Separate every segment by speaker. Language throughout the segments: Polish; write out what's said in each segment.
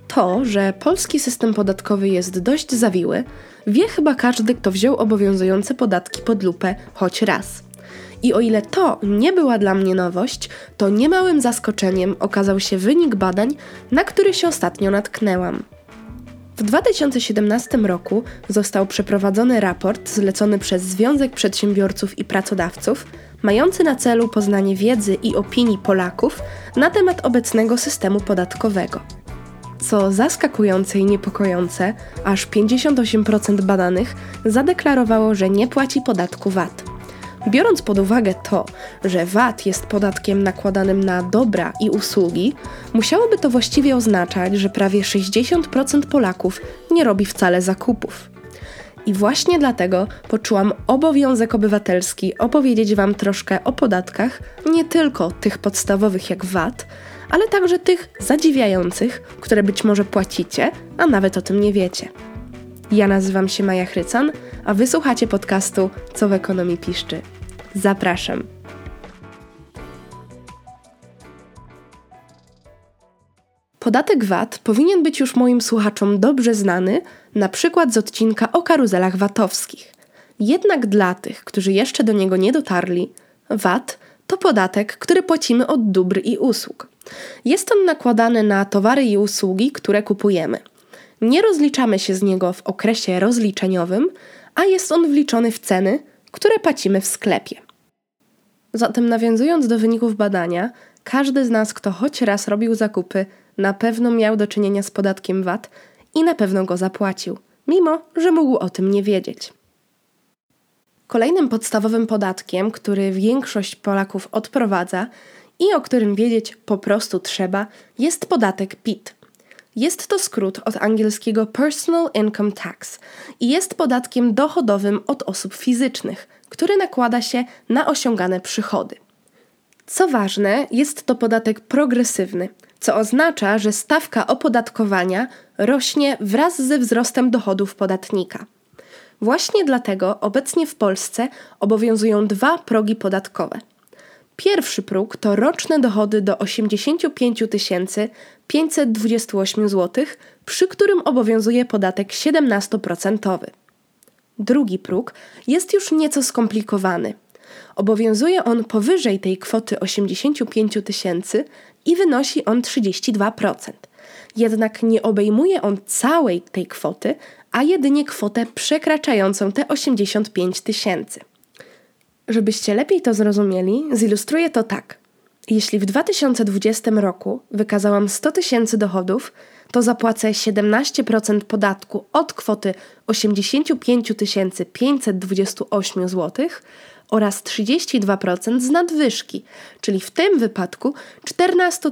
Speaker 1: To, że polski system podatkowy jest dość zawiły, wie chyba każdy, kto wziął obowiązujące podatki pod lupę choć raz. I o ile to nie była dla mnie nowość, to niemałym zaskoczeniem okazał się wynik badań, na który się ostatnio natknęłam. W 2017 roku został przeprowadzony raport zlecony przez Związek Przedsiębiorców i Pracodawców, mający na celu poznanie wiedzy i opinii Polaków na temat obecnego systemu podatkowego. Co zaskakujące i niepokojące, aż 58% badanych zadeklarowało, że nie płaci podatku VAT. Biorąc pod uwagę to, że VAT jest podatkiem nakładanym na dobra i usługi, musiałoby to właściwie oznaczać, że prawie 60% Polaków nie robi wcale zakupów. I właśnie dlatego poczułam obowiązek obywatelski opowiedzieć Wam troszkę o podatkach, nie tylko tych podstawowych jak VAT, ale także tych zadziwiających, które być może płacicie, a nawet o tym nie wiecie. Ja nazywam się Maja Chrycan, a wysłuchacie podcastu Co w ekonomii piszczy. Zapraszam. Podatek VAT powinien być już moim słuchaczom dobrze znany, na przykład z odcinka o karuzelach VAT-owskich. Jednak dla tych, którzy jeszcze do niego nie dotarli, VAT to podatek, który płacimy od dóbr i usług. Jest on nakładany na towary i usługi, które kupujemy. Nie rozliczamy się z niego w okresie rozliczeniowym, a jest on wliczony w ceny, które płacimy w sklepie. Zatem nawiązując do wyników badania, każdy z nas, kto choć raz robił zakupy, na pewno miał do czynienia z podatkiem VAT i na pewno go zapłacił, mimo że mógł o tym nie wiedzieć. Kolejnym podstawowym podatkiem, który większość Polaków odprowadza i o którym wiedzieć po prostu trzeba, jest podatek PIT. Jest to skrót od angielskiego Personal Income Tax i jest podatkiem dochodowym od osób fizycznych, który nakłada się na osiągane przychody. Co ważne, jest to podatek progresywny, co oznacza, że stawka opodatkowania rośnie wraz ze wzrostem dochodów podatnika. Właśnie dlatego obecnie w Polsce obowiązują dwa progi podatkowe. Pierwszy próg to roczne dochody do 85 528 zł, przy którym obowiązuje podatek 17%. Drugi próg jest już nieco skomplikowany. Obowiązuje on powyżej tej kwoty 85 000 i wynosi on 32%. Jednak nie obejmuje on całej tej kwoty, a jedynie kwotę przekraczającą te 85 000. Żebyście lepiej to zrozumieli, zilustruję to tak. Jeśli w 2020 roku wykazałam 100 000 dochodów, to zapłacę 17% podatku od kwoty 85 528 zł oraz 32% z nadwyżki, czyli w tym wypadku 14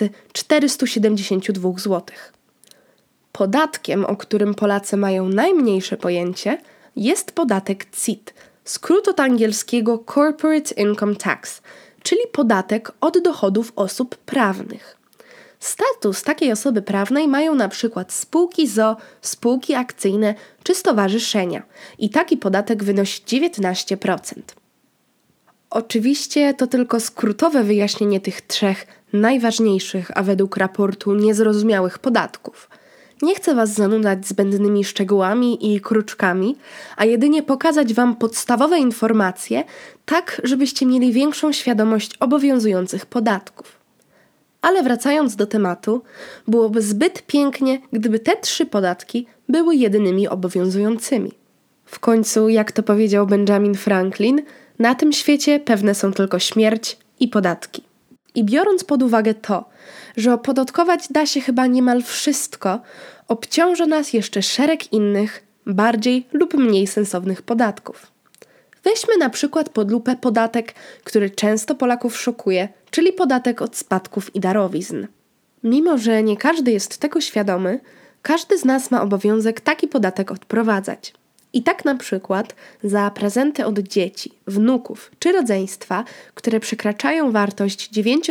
Speaker 1: 472 zł. Podatkiem, o którym Polacy mają najmniejsze pojęcie, jest podatek CIT, skrót od angielskiego Corporate Income Tax, czyli podatek od dochodów osób prawnych. Status takiej osoby prawnej mają na przykład spółki z o.o., spółki akcyjne czy stowarzyszenia i taki podatek wynosi 19%. Oczywiście to tylko skrótowe wyjaśnienie tych trzech najważniejszych, a według raportu niezrozumiałych podatków. Nie chcę Was zanudzać zbędnymi szczegółami i kruczkami, a jedynie pokazać Wam podstawowe informacje, tak żebyście mieli większą świadomość obowiązujących podatków. Ale wracając do tematu, byłoby zbyt pięknie, gdyby te trzy podatki były jedynymi obowiązującymi. W końcu, jak to powiedział Benjamin Franklin, na tym świecie pewne są tylko śmierć i podatki. I biorąc pod uwagę to, że opodatkować da się chyba niemal wszystko, obciąża nas jeszcze szereg innych, bardziej lub mniej sensownych podatków. Weźmy na przykład pod lupę podatek, który często Polaków szokuje, czyli podatek od spadków i darowizn. Mimo że nie każdy jest tego świadomy, każdy z nas ma obowiązek taki podatek odprowadzać. I tak na przykład za prezenty od dzieci, wnuków czy rodzeństwa, które przekraczają wartość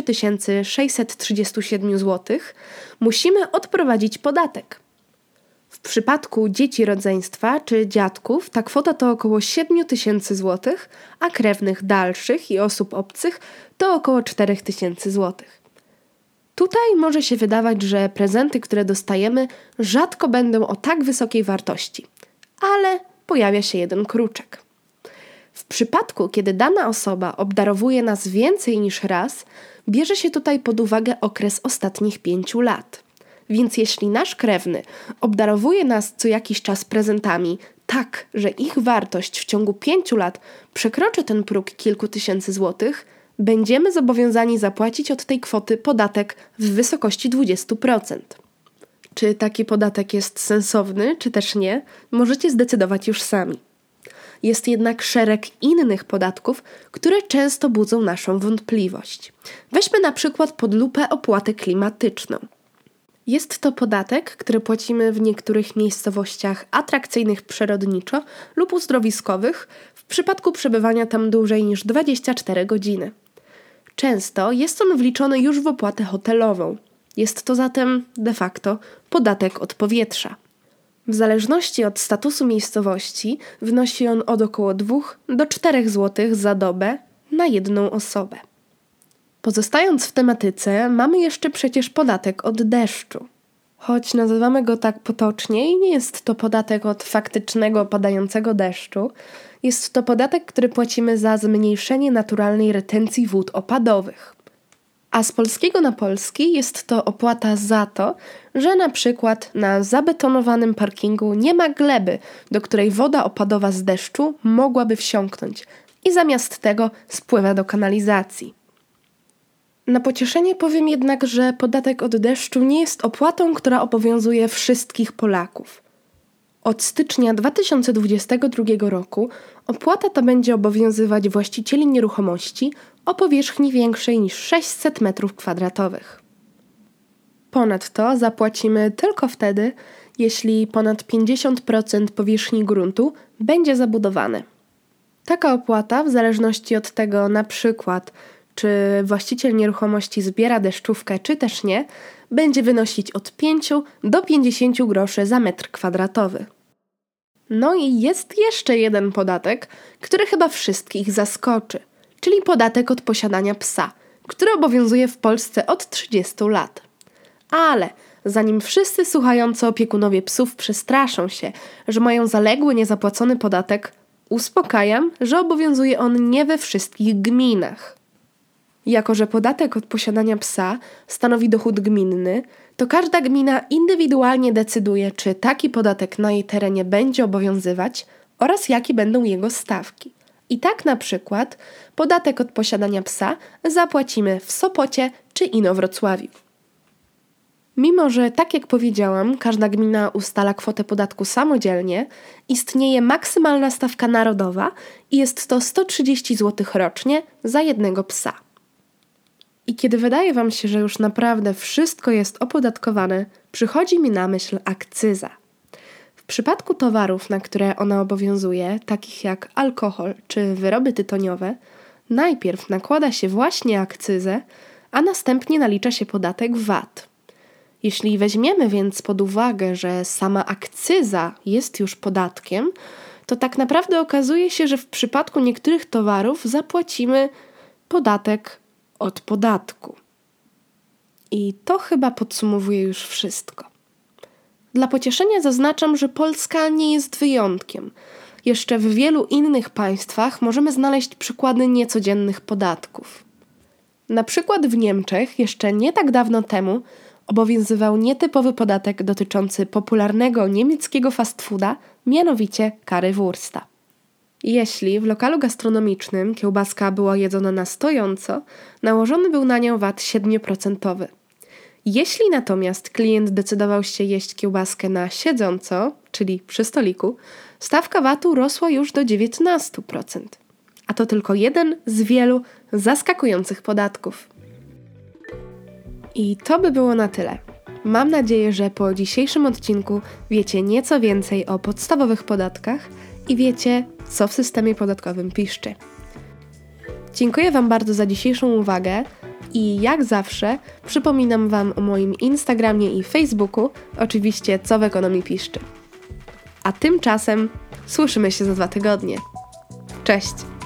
Speaker 1: 9637 zł, musimy odprowadzić podatek. W przypadku dzieci rodzeństwa czy dziadków ta kwota to około 7000 zł, a krewnych dalszych i osób obcych to około 4000 zł. Tutaj może się wydawać, że prezenty, które dostajemy, rzadko będą o tak wysokiej wartości. Ale pojawia się jeden kruczek. W przypadku, kiedy dana osoba obdarowuje nas więcej niż raz, bierze się tutaj pod uwagę okres ostatnich 5 lat. Więc jeśli nasz krewny obdarowuje nas co jakiś czas prezentami tak, że ich wartość w ciągu 5 lat przekroczy ten próg kilku tysięcy złotych, będziemy zobowiązani zapłacić od tej kwoty podatek w wysokości 20%. Czy taki podatek jest sensowny, czy też nie, możecie zdecydować już sami. Jest jednak szereg innych podatków, które często budzą naszą wątpliwość. Weźmy na przykład pod lupę opłatę klimatyczną. Jest to podatek, który płacimy w niektórych miejscowościach atrakcyjnych przyrodniczo lub uzdrowiskowych w przypadku przebywania tam dłużej niż 24 godziny. Często jest on wliczony już w opłatę hotelową. Jest to zatem de facto podatek od powietrza. W zależności od statusu miejscowości wynosi on od około 2 do 4 zł za dobę na jedną osobę. Pozostając w tematyce, mamy jeszcze przecież podatek od deszczu. Choć nazywamy go tak potocznie i nie jest to podatek od faktycznego padającego deszczu, jest to podatek, który płacimy za zmniejszenie naturalnej retencji wód opadowych. A z polskiego na polski jest to opłata za to, że na przykład na zabetonowanym parkingu nie ma gleby, do której woda opadowa z deszczu mogłaby wsiąknąć i zamiast tego spływa do kanalizacji. Na pocieszenie powiem jednak, że podatek od deszczu nie jest opłatą, która obowiązuje wszystkich Polaków. Od stycznia 2022 roku opłata ta będzie obowiązywać właścicieli nieruchomości o powierzchni większej niż 600 m2. Ponadto zapłacimy tylko wtedy, jeśli ponad 50% powierzchni gruntu będzie zabudowane. Taka opłata, w zależności od tego na przykład, czy właściciel nieruchomości zbiera deszczówkę, czy też nie, będzie wynosić od 5 do 50 groszy za metr kwadratowy. No i jest jeszcze jeden podatek, który chyba wszystkich zaskoczy, czyli podatek od posiadania psa, który obowiązuje w Polsce od 30 lat. Ale zanim wszyscy słuchający opiekunowie psów przestraszą się, że mają zaległy niezapłacony podatek, uspokajam, że obowiązuje on nie we wszystkich gminach. Jako że podatek od posiadania psa stanowi dochód gminny, to każda gmina indywidualnie decyduje, czy taki podatek na jej terenie będzie obowiązywać oraz jakie będą jego stawki. I tak na przykład podatek od posiadania psa zapłacimy w Sopocie czy Inowrocławiu. Mimo że, tak jak powiedziałam, każda gmina ustala kwotę podatku samodzielnie, istnieje maksymalna stawka narodowa i jest to 130 zł rocznie za jednego psa. I kiedy wydaje Wam się, że już naprawdę wszystko jest opodatkowane, przychodzi mi na myśl akcyza. W przypadku towarów, na które ona obowiązuje, takich jak alkohol czy wyroby tytoniowe, najpierw nakłada się właśnie akcyzę, a następnie nalicza się podatek VAT. Jeśli weźmiemy więc pod uwagę, że sama akcyza jest już podatkiem, to tak naprawdę okazuje się, że w przypadku niektórych towarów zapłacimy podatek od podatku. I to chyba podsumowuje już wszystko. Dla pocieszenia zaznaczam, że Polska nie jest wyjątkiem. Jeszcze w wielu innych państwach możemy znaleźć przykłady niecodziennych podatków. Na przykład w Niemczech jeszcze nie tak dawno temu obowiązywał nietypowy podatek dotyczący popularnego niemieckiego fast fooda, mianowicie currywursta. Jeśli w lokalu gastronomicznym kiełbaska była jedzona na stojąco, nałożony był na nią VAT 7%. Jeśli natomiast klient decydował się jeść kiełbaskę na siedząco, czyli przy stoliku, stawka VAT-u rosła już do 19%. A to tylko jeden z wielu zaskakujących podatków. I to by było na tyle. Mam nadzieję, że po dzisiejszym odcinku wiecie nieco więcej o podstawowych podatkach i wiecie, co w systemie podatkowym piszczy. Dziękuję Wam bardzo za dzisiejszą uwagę i jak zawsze przypominam Wam o moim Instagramie i Facebooku, oczywiście co w ekonomii piszczy. A tymczasem słyszymy się za 2 tygodnie. Cześć!